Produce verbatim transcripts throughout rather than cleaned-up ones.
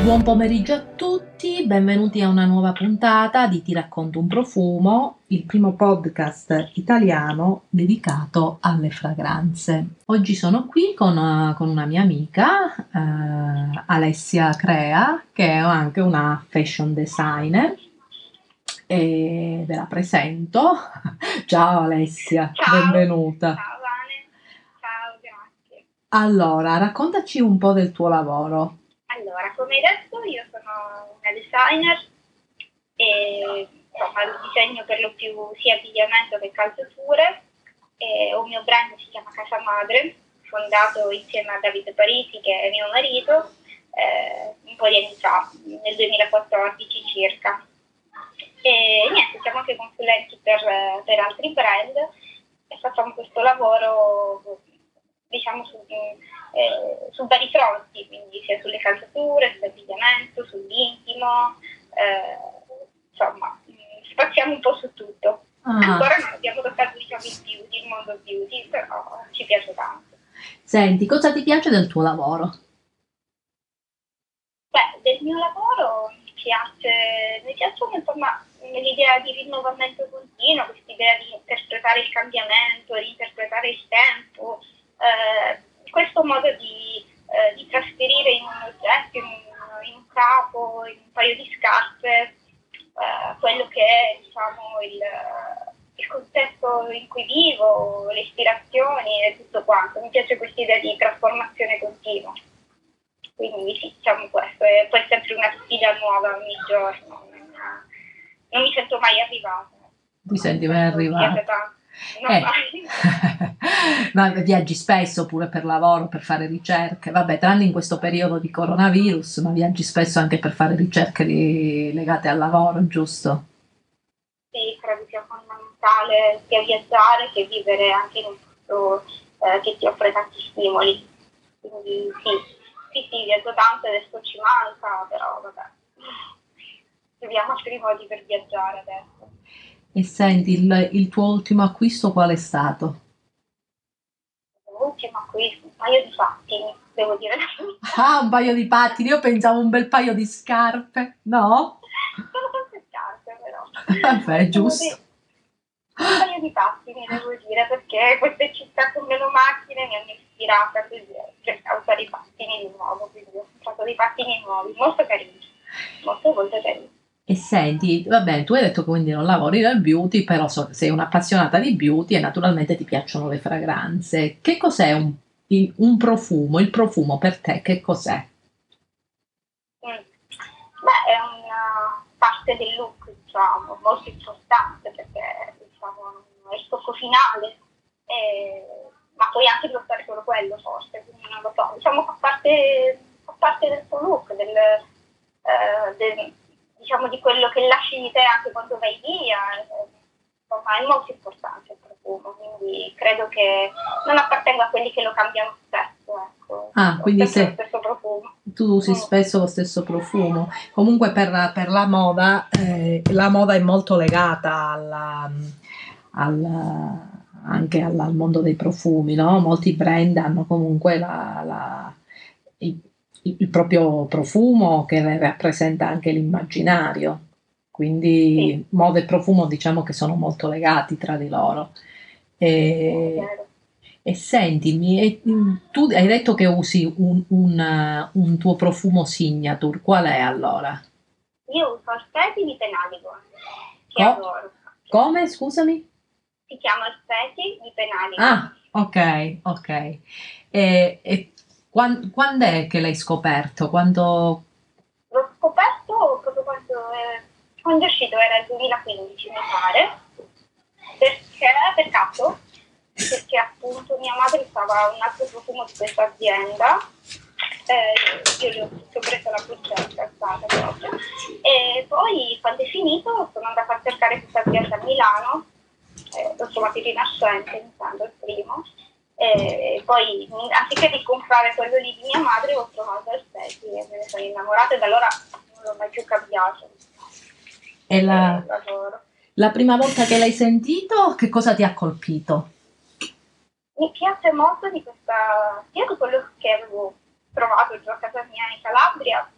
Buon pomeriggio a tutti, benvenuti a una nuova puntata di Ti racconto un profumo, il primo podcast italiano dedicato alle fragranze. Oggi sono qui con, uh, con una mia amica, uh, Alessia Crea, che è anche una fashion designer, e ve la presento. Ciao Alessia, Ciao, benvenuta. ciao Vane, ciao, grazie. Allora, raccontaci un po' del tuo lavoro. Allora, come hai detto, io sono una designer e insomma disegno per lo più sia abbigliamento che calzature. E un mio brand si chiama Casa Madre, fondato insieme a Davide Parisi, che è mio marito, eh, un po' di anni fa, nel duemilaquattordici circa. E niente, siamo anche consulenti per, per altri brand e facciamo questo lavoro, diciamo, su, eh, su vari fronti, quindi sia sulle calzature, sull'abbigliamento, sull'intimo, eh, insomma, spaziamo un po' su tutto. Ah. Ancora non abbiamo toccato, diciamo, il beauty, il mondo beauty, però ci piace tanto. Senti, cosa ti piace del tuo lavoro? Beh, del mio lavoro mi piace, mi piacciono insomma l'idea di rinnovamento continuo, questa idea di interpretare il cambiamento, di interpretare il tempo, eh, questo modo di, eh, di trasferire in un oggetto, in un, in un capo, in un paio di scarpe, eh, quello che è, diciamo, il, il contesto in cui vivo, le ispirazioni e tutto quanto. Mi piace questa idea di trasformazione continua. Quindi sì, diciamo questo, e poi è sempre una sfida nuova ogni giorno, non, non mi sento mai arrivata. Ti senti mai arrivata? Non Eh. mai. Ma viaggi spesso pure per lavoro, per fare ricerche, vabbè, tranne in questo periodo di coronavirus, ma viaggi spesso anche per fare ricerche di, legate al lavoro, giusto? Sì, credo sia fondamentale sia viaggiare che vivere anche in un posto eh, che ti offre tanti stimoli. Quindi sì. Sì, sì, viaggio tanto, adesso ci manca, però vabbè, troviamo altri modi per viaggiare adesso. E senti, il, il tuo ultimo acquisto qual è stato? L'ultimo acquisto, un paio di pattini, devo dire. Ah, un paio di pattini, io pensavo un bel paio di scarpe, no? Sono tante scarpe, però. Vabbè, giusto. Un paio di pattini, devo dire, perché queste città con meno macchine mi hanno ispirata così, cioè, a usare i pattini di nuovo, quindi ho comprato dei pattini nuovi, molto carini, molto molto carini. E senti, va bene, tu hai detto che quindi non lavori nel beauty, però so, sei un'appassionata di beauty e naturalmente ti piacciono le fragranze. Che cos'è un, il- un profumo? Il profumo per te che cos'è? Mm. Beh, è una parte del look, diciamo, molto importante perché diciamo, è il tocco finale, e, ma puoi anche indossare solo quello forse, quindi non lo so, diciamo fa parte, fa parte del tuo look, del, eh, del, diciamo di quello che lasci di te anche quando vai via, eh, insomma è molto importante il profumo, quindi credo che non appartenga a quelli che lo cambiano spesso, ecco, Ah, ho quindi sempre lo se stesso profumo. tu usi Mm. spesso lo stesso profumo. Comunque per, per la moda, eh, la moda è molto legata alla, al- anche al, al mondo dei profumi, no? Molti brand hanno comunque la, la- il, il proprio profumo che ne rappresenta anche l'immaginario. Sì, Quindi moda e profumo diciamo che sono molto legati tra di loro. è E, vero. e sentimi, e, mm, tu hai detto che usi un, un, eh, un tuo profumo signature, qual è allora? Io uso aspetti di Penaligon, che Co- adoro. come, scusami? Si chiama aspetti di Penaligon. Ah, ok, ok. E, e quan- quando è che l'hai scoperto? Quando... L'ho scoperto proprio quando, eh, quando è uscito, era il duemilaquindici mi pare, perché per caso, perché appunto mia madre usava un altro profumo di questa azienda, eh, io le ho, ho preso la boccetta, è stata proprio. E poi quando è finito sono andata a cercare questa azienda a Milano, eh, l'ho trovato in Rinascente, intendo il primo, e poi anziché di comprare quello lì di mia madre ho trovato il Seti e me ne sono innamorata e da allora non l'ho mai più cambiato. È la, E l'adoro. la prima volta che l'hai sentito, che cosa ti ha colpito? Mi piace molto di questa, sia di quello che avevo trovato giù a casa mia in Calabria,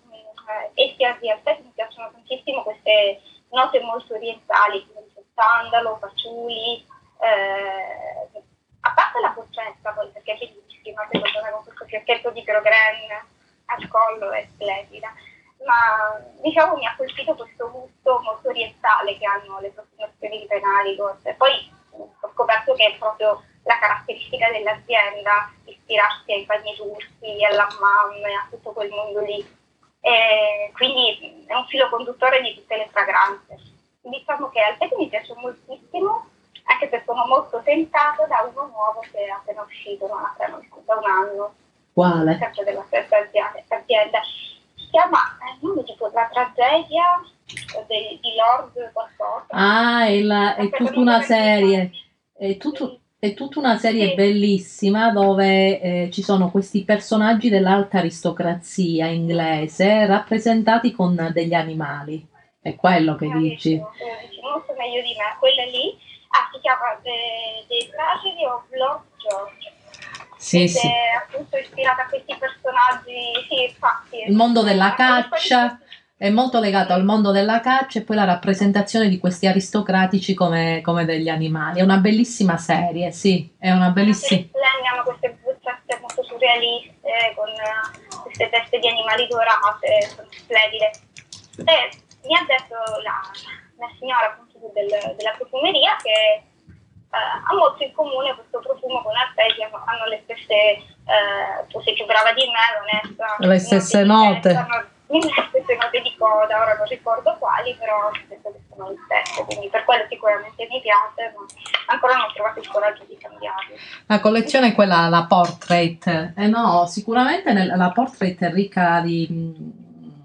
e sia di Alpesi mi piacciono tantissimo queste note molto orientali, come il sandalo, fagioli, eh, a parte la boccetta poi, perché è bellissima, secondo me con questo fiocchetto di grosgrain al collo è splendida, ma diciamo mi ha colpito questo gusto molto orientale che hanno le profumazioni di Penaligot. E poi ho scoperto che è proprio la caratteristica dell'azienda ispirarsi ai bagni turchi, all'hammam e a tutto quel mondo lì. E quindi è un filo conduttore di tutte le fragranze. Diciamo che Alpesi mi piace moltissimo, anche se sono molto tentata da uno nuovo che è appena uscito, non appena uscito, da un anno. Quale? Sempre della stessa azienda. Si chiama, eh, il nome tipo La tragedia di, di Lord qualcosa. Ah, è, la, è tutta una serie, è, tutto, è tutta una serie sì. bellissima dove eh, ci sono questi personaggi dell'alta aristocrazia inglese rappresentati con degli animali. È quello che dici? dici molto meglio di me. Quella lì ah, si chiama The, The Tragedy of Lord George. Sì, ed sì. È appunto ispirata a questi personaggi, sì, infatti. Il mondo della caccia è molto legato al mondo della caccia e poi la rappresentazione di questi aristocratici come, come degli animali. È una bellissima serie, sì, è una bellissima. Hanno queste boccette molto surrealiste con queste teste di animali dorate, sono splendide. E mi ha detto la, la signora appunto del, della profumeria che Uh, ha molto in comune questo profumo con Alpesi, hanno, hanno le stesse, uh, tu sei più brava di me, Vanessa, le stesse note, le stesse note di coda, ora non ricordo quali, però penso che sono le stesse, quindi per quello sicuramente mi piace, ma ancora non ho trovato il coraggio di cambiarlo. La collezione è quella, la Portrait, eh no, sicuramente nel, la Portrait è ricca di...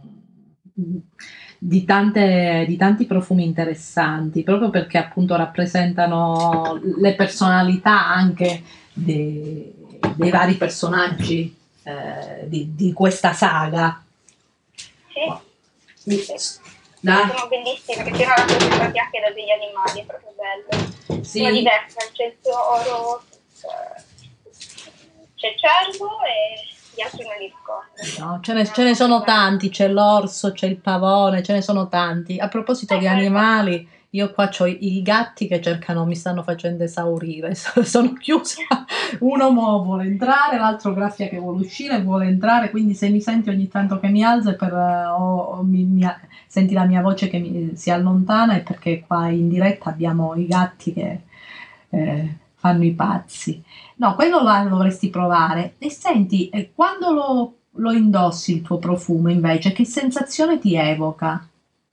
Di, tante, di tanti profumi interessanti, proprio perché appunto rappresentano le personalità anche dei, dei vari personaggi eh, di, di questa saga. Sì, sì. Dai. Sono bellissime, perché sono rappresentati anche da degli animali, è proprio bello. Sì. Sono diverse, c'è il toro, c'è il cervo e gli altri non li ricordo. No, ce ne, ce ne sono tanti, c'è l'orso, c'è il pavone, ce ne sono tanti. A proposito di animali, io qua ho i, i gatti che cercano, mi stanno facendo esaurire, sono chiusa, uno mo vuole entrare, l'altro graffia che vuole uscire, vuole entrare, quindi se mi senti ogni tanto che mi alzo è per, o, o mi, mi, senti la mia voce che mi, si allontana, è perché qua in diretta abbiamo i gatti che eh, fanno i pazzi. No, quello lo dovresti provare. E senti, eh, quando lo, lo indossi il tuo profumo invece, che sensazione ti evoca?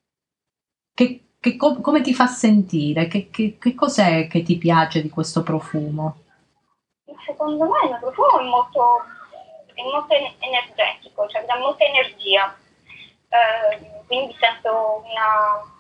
Che, che co- come ti fa sentire? Che, che, che cos'è che ti piace di questo profumo? Secondo me il profumo è molto, è molto energetico, cioè dà molta energia. Eh, quindi sento una...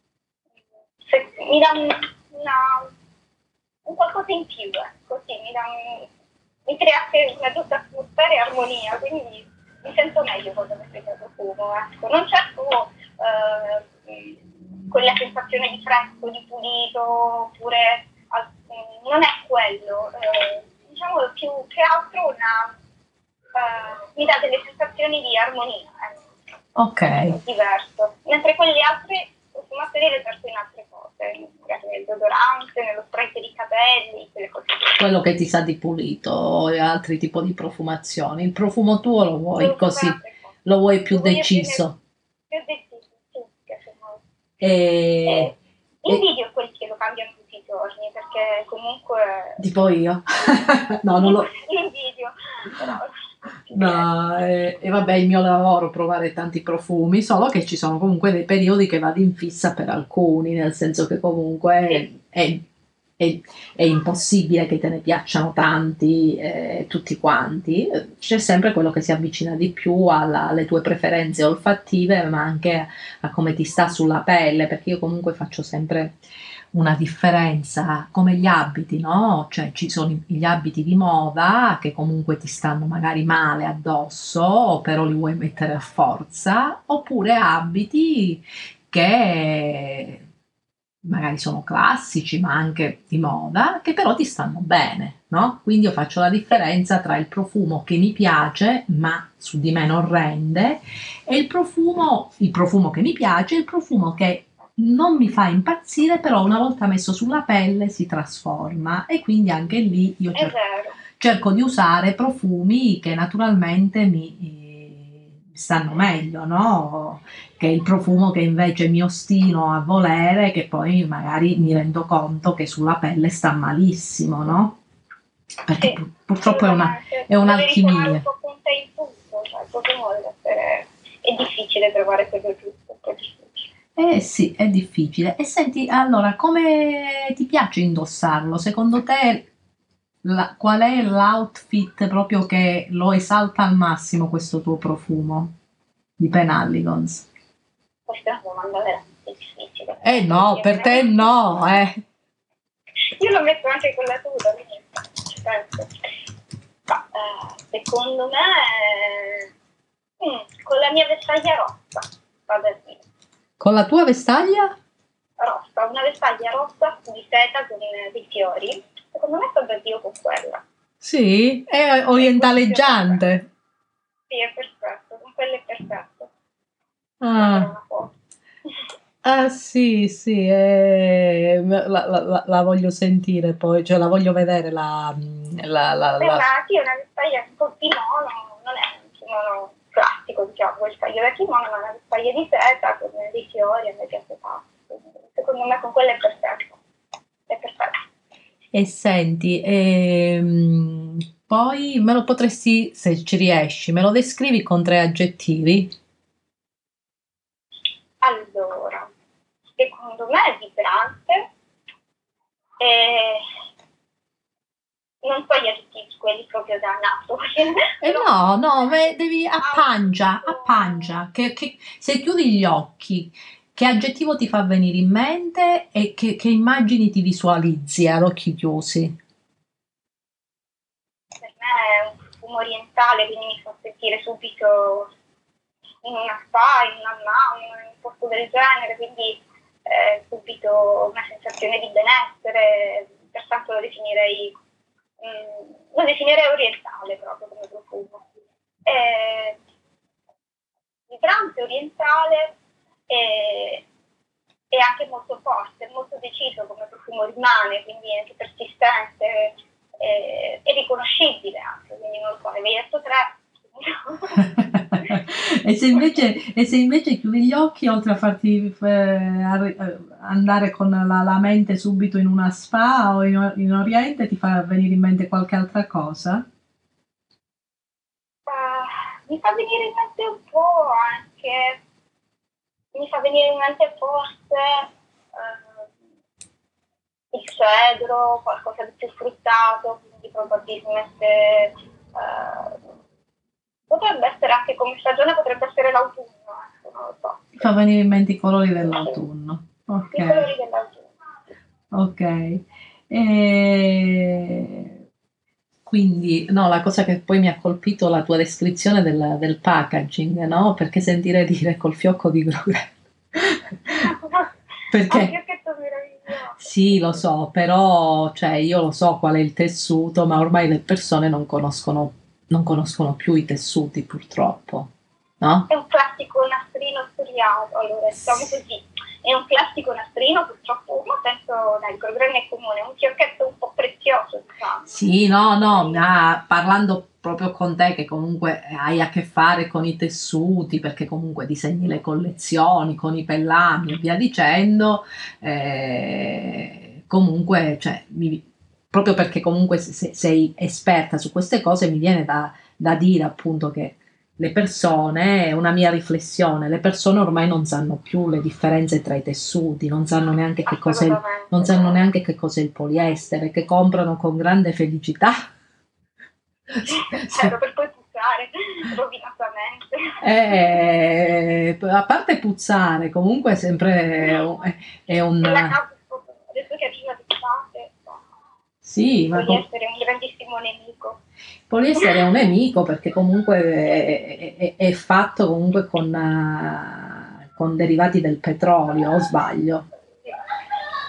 Se, mi dà una... un qualcosa in più, ecco, sì, mi, dà un, mi crea anche una giusta atmosfera e armonia, quindi mi sento meglio quando mi prendo il profumo, ecco. Non certo eh, quella sensazione di fresco, di pulito, oppure non è quello, eh, diciamo più che altro una, eh, mi dà delle sensazioni di armonia, ecco. Ok. È diverso, mentre quelle altre profumazioni le cerco in altre cose, magari nel deodorante, nello spray per i capelli, quelle cose. Quello che ti sa di pulito e altri tipi di profumazioni. Il profumo tuo lo vuoi lo così, lo vuoi più lo deciso. Più deciso, sì, piace molto. E... e invidio e... quelli che lo cambiano tutti i giorni, perché comunque... Tipo io? No, non lo... Invidio, però... No, e, e vabbè, il mio lavoro è provare tanti profumi, solo che ci sono comunque dei periodi che vado in fissa per alcuni, nel senso che comunque è, è, è impossibile che te ne piacciono tanti, eh, tutti quanti, c'è sempre quello che si avvicina di più alla, alle tue preferenze olfattive, ma anche a, a come ti sta sulla pelle, perché io comunque faccio sempre una differenza come gli abiti, no? Cioè ci sono gli abiti di moda che comunque ti stanno magari male addosso, però li vuoi mettere a forza, oppure abiti che magari sono classici, ma anche di moda, che però ti stanno bene, no? Quindi io faccio la differenza tra il profumo che mi piace, ma su di me non rende, e il profumo, il profumo che mi piace, e il profumo che non mi fa impazzire, però una volta messo sulla pelle si trasforma e quindi anche lì io È cerco, vero. cerco di usare profumi che naturalmente mi eh, stanno meglio, no? Che è il profumo che invece mi ostino a volere, che poi magari mi rendo conto che sulla pelle sta malissimo, no? Perché Sì, pur- purtroppo è una, assolutamente. è Devi suonare un un'alchimia. po' punta in punto, cioè il profumo deve essere... È difficile trovare quello giusto, un po' difficile. Eh sì, è difficile. E senti, allora, come ti piace indossarlo? Secondo te, la- qual è l'outfit proprio che lo esalta al massimo questo tuo profumo di Penhaligon's? Questa è una domanda veramente difficile, Eh devo no, per dire. te no, eh. Io lo metto anche con la tuta, quindi ci penso. Ma eh, secondo me, eh, mm, con la mia vestaglia rossa, vado a dire. Con la tua vestaglia? Rossa, una vestaglia rossa di seta con eh, dei fiori. Secondo me sto da Dio con quella. Sì, è E funziona bene. orientaleggiante. Sì, è perfetto, con quella è perfetto. Mandare Ah. una foto. Ah sì, sì, eh, la, la- la- la voglio sentire poi, cioè la voglio vedere la, la, la, È la- una, sì, una vestaglia un po' kimono, non è un kimono classico, diciamo, il taglio da kimono, ma è una vestaglia di seta con dei fiori, a me piace tanto. Quindi, secondo me con quella è perfetto. È perfetto. E senti, ehm, poi me lo potresti, se ci riesci, me lo descrivi con tre aggettivi? Allora, secondo me è vibrante e non so gli aggettivi, quelli proprio da nato, Eh però no, no, beh, devi appangia, auto, appangia, che, che- se chiudi gli occhi, che aggettivo ti fa venire in mente e che, che immagini ti visualizzi ad occhi chiusi? per me è un profumo orientale, quindi mi fa sentire subito in una spa, in una hammam, in un posto del genere, quindi eh, subito una sensazione di benessere, pertanto lo definirei, mh, lo definirei orientale proprio come profumo. Eh, vibrante, orientale e, e anche molto forte, molto deciso come profumo rimane, quindi anche persistente e, e riconoscibile anche, quindi non lo so, ne avevi detto tre. E se invece, e se invece chiudi gli occhi, oltre a farti eh, arri- eh, andare con la, la mente subito in una spa o in, in Oriente, ti fa venire in mente qualche altra cosa? Uh, mi fa venire in mente un po' anche, mi fa venire in mente forse uh, il cedro, qualcosa di più fruttato, quindi probabilmente uh, potrebbe essere anche come stagione, potrebbe essere l'autunno, ecco, non lo so. Ti fa venire in mente i colori dell'autunno. I Ok, colori dell'autunno. ok. E quindi, no, la cosa che poi mi ha colpito è la tua descrizione del, del packaging, no? Perché sentire dire col fiocco di gruyère. Anche Perché io che sto meraviglioso. sì, lo so, però cioè, io lo so qual è il tessuto, ma ormai le persone non conoscono, non conoscono più i tessuti, purtroppo, no? È un classico nastrino studiato, allora diciamo così, è un classico nastrino purtroppo, ma penso dai, il problema è comune, è un fiocchetto un po' prezioso, diciamo. Sì, no, no, ma parlando proprio con te che comunque hai a che fare con i tessuti, perché comunque disegni le collezioni con i pellami e via dicendo, eh, comunque, cioè, mi- proprio perché comunque se- se- sei esperta su queste cose, mi viene da, da dire appunto che le persone, è una mia riflessione, le persone ormai non sanno più le differenze tra i tessuti, non sanno neanche che cos'è il non Assolutamente. sanno neanche che cos'è il poliestere, che comprano con grande felicità. Certo, per poi puzzare rovinatamente. Eh, a parte puzzare, comunque è sempre è, è Nella un casa, adesso che arriva l'estate, sì, il ma co- poliestere è un grandissimo nemico. poliestere è un nemico perché comunque è, è- è fatto comunque con, eh, con derivati del petrolio, o sbaglio? Sì.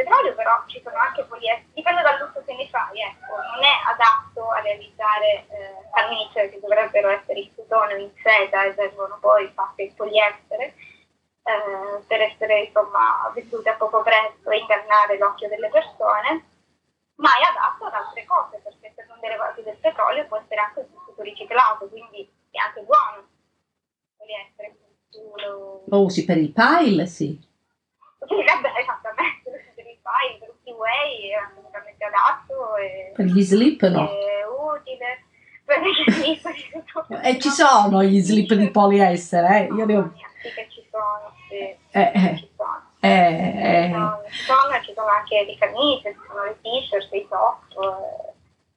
petrolio, però ci sono anche poliestere, dipende dall'uso che ne fai, ecco, non è adatto a realizzare eh, camicie che dovrebbero essere in cotone o in seta e vengono poi fatte in poliestere eh, per essere insomma vendute a poco prezzo e ingannare l'occhio delle persone, ma è adatto ad altre cose, perché se non derivati del petrolio può essere anche un tessuto riciclato, quindi è anche buono il poliestere. Lo... lo usi per il pile, sì. Sì, vabbè, esattamente, per il pile, per il T-Way è assolutamente adatto e, per gli slip no. È utile, per gli slip e ci sono gli slip di poliestere, eh? Io ne ho... sì che ci sono, sì, eh, eh. ci sono. Eh, eh. Ci sono, ci sono, ci sono anche le camicie, ci sono le t-shirt, i top,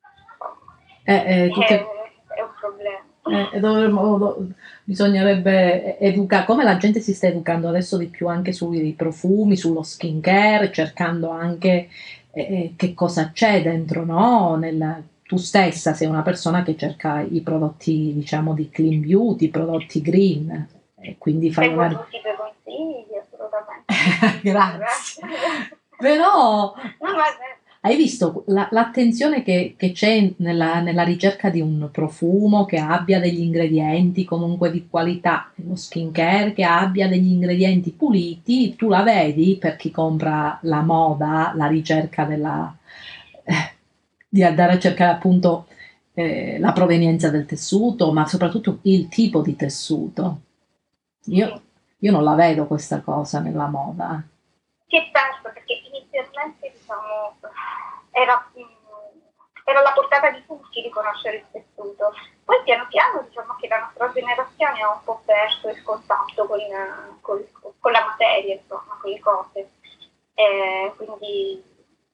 eh, eh, tutte... è, è un problema. Eh, dovremmo, do, bisognerebbe educare, come la gente si sta educando adesso di più anche sui profumi, sullo skincare, cercando anche eh, che cosa c'è dentro, no? Nel, tu stessa sei una persona che cerca i prodotti, diciamo, di clean beauty, prodotti green, e quindi fai Seguo una... tutti i tuoi consigli, assolutamente. Grazie. Però... No, ma è... Hai visto la, l'attenzione che, che c'è nella, nella ricerca di un profumo che abbia degli ingredienti comunque di qualità, uno skincare che abbia degli ingredienti puliti, tu la vedi per chi compra la moda, la ricerca della, eh, di andare a cercare appunto eh, la provenienza del tessuto, ma soprattutto il tipo di tessuto. Io, io non la vedo questa cosa nella moda. Si è perso perché inizialmente diciamo era, era alla portata di tutti riconoscere il tessuto, poi piano piano diciamo che la nostra generazione ha un po' perso il contatto con, con, con la materia, insomma, con le cose, e quindi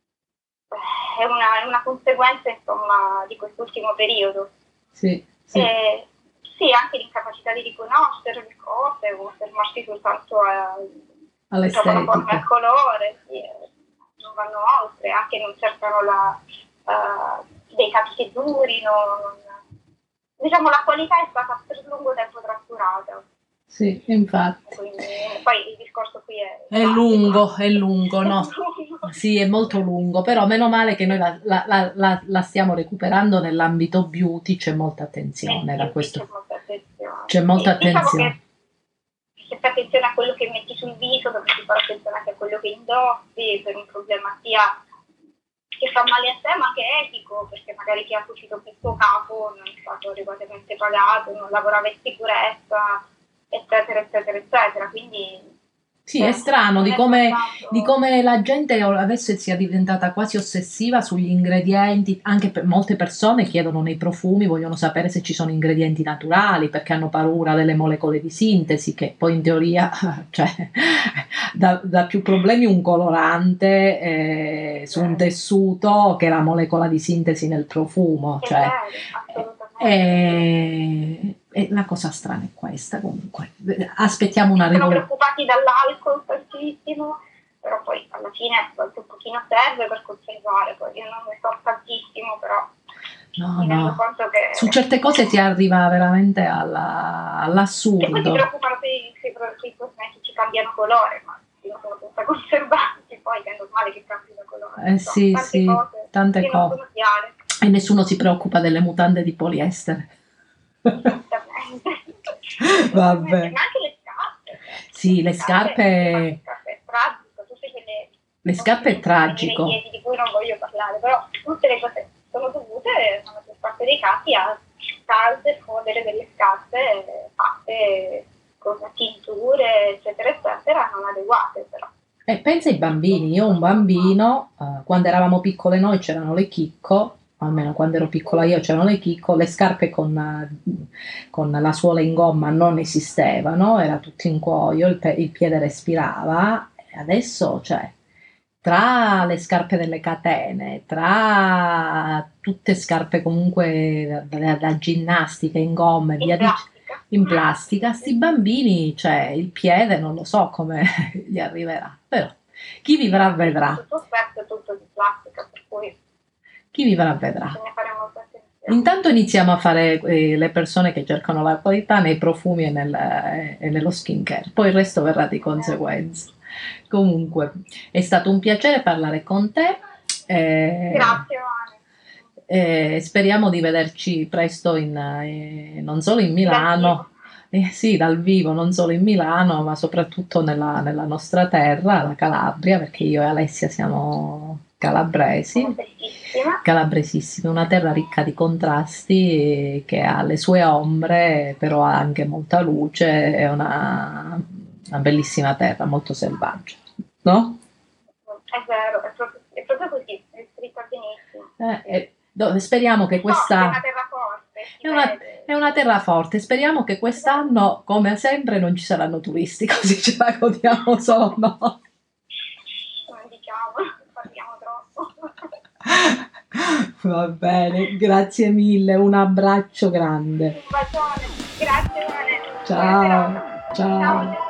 è una, una conseguenza insomma di quest'ultimo periodo. Sì, sì. E, sì, anche l'incapacità di riconoscere le cose o fermarsi soltanto a all'estetica, diciamo, la forma e il colore, sì, non vanno oltre, anche non cercano la, uh, dei capi che durino, diciamo la qualità è stata per lungo tempo trascurata. Sì, infatti. Quindi, poi il discorso qui è... È lungo, è lungo, no? Sì, è molto lungo, però meno male che noi la, la, la, la stiamo recuperando nell'ambito beauty, c'è molta attenzione da questo. C'è molta attenzione. C'è molta attenzione. Diciamo che se fai attenzione a quello che metti sul viso, dovresti fare attenzione anche a quello che indossi, per un problema sia che fa male a te ma che è etico, perché magari chi ha cucito questo capo non è stato adeguatamente pagato, non lavorava in sicurezza, eccetera, eccetera, eccetera. Quindi sì, è strano di come, di come la gente adesso sia diventata quasi ossessiva sugli ingredienti, anche per molte persone chiedono nei profumi, vogliono sapere se ci sono ingredienti naturali perché hanno paura delle molecole di sintesi, che poi in teoria cioè, dà, dà più problemi un colorante eh, su un tessuto che la molecola di sintesi nel profumo. Cioè, e, e la cosa strana è questa, comunque aspettiamo una rivoluzione. Sono preoccupati dall'alcol tantissimo, però poi alla fine un pochino serve per conservare, poi io non ne so tantissimo, però no, mi no. rendo conto che su certe cose si arriva veramente alla, all'assurdo. E poi si preoccupano se i cosmetici cambiano colore, ma sono senza conservanti, poi è normale che cambino colore. Eh so, sì, tante sì, cose tante che cose. non sono chiare. E nessuno si preoccupa delle mutande di poliestere. Esattamente. Vabbè. Ma anche le scarpe. Sì, le, le scarpe... scarpe è tragico, tutte quelle... Le scarpe è tragico. Piedi di cui non voglio parlare, però tutte le cose sono dovute, la maggior parte dei casi, a calze, fodere delle scarpe fatte con tinture, eccetera, eccetera, non adeguate però. E pensa ai bambini, io ho un bambino, uh, quando eravamo piccole noi c'erano le chicco, almeno quando ero piccola io c'erano le chicco, le scarpe con, uh, con la suola in gomma non esistevano, era tutto in cuoio, il, pe- il piede respirava, e adesso cioè tra le scarpe delle catene, tra tutte scarpe comunque da, da, da ginnastica in gomma e via dicendo, in plastica, sti bambini, cioè il piede non lo so come gli arriverà, però chi vivrà vedrà. Tutto spesso è tutto di plastica, per cui chi vivrà vedrà. bisogna fare molta attenzione. Intanto iniziamo a fare eh, le persone che cercano la qualità nei profumi e, nel, eh, e nello skincare, poi il resto verrà di conseguenza. Comunque, è stato un piacere parlare con te. eh, Grazie, Vane. eh, speriamo di vederci presto in, eh, non solo in Dal vivo. Milano, eh, sì, dal vivo, non solo in Milano, ma soprattutto nella, nella nostra terra, la Calabria, perché io e Alessia siamo calabresi. Sono bellissima. Calabresissima, una terra ricca di contrasti, eh, che ha le sue ombre, però ha anche molta luce, è una, una bellissima terra, molto selvaggia, no? È vero, è proprio, è proprio così, è scritta benissimo. Eh, eh, do- speriamo che Forte, è una questa terra forte, si è una, vede. è una terra forte, speriamo che quest'anno, come sempre, non ci saranno turisti, così ce la godiamo solo noi. Non diciamo, parliamo troppo. Va bene, grazie mille, un abbraccio grande. Un bacione, grazie Vane. Ciao, Buona serata. ciao. Ciao.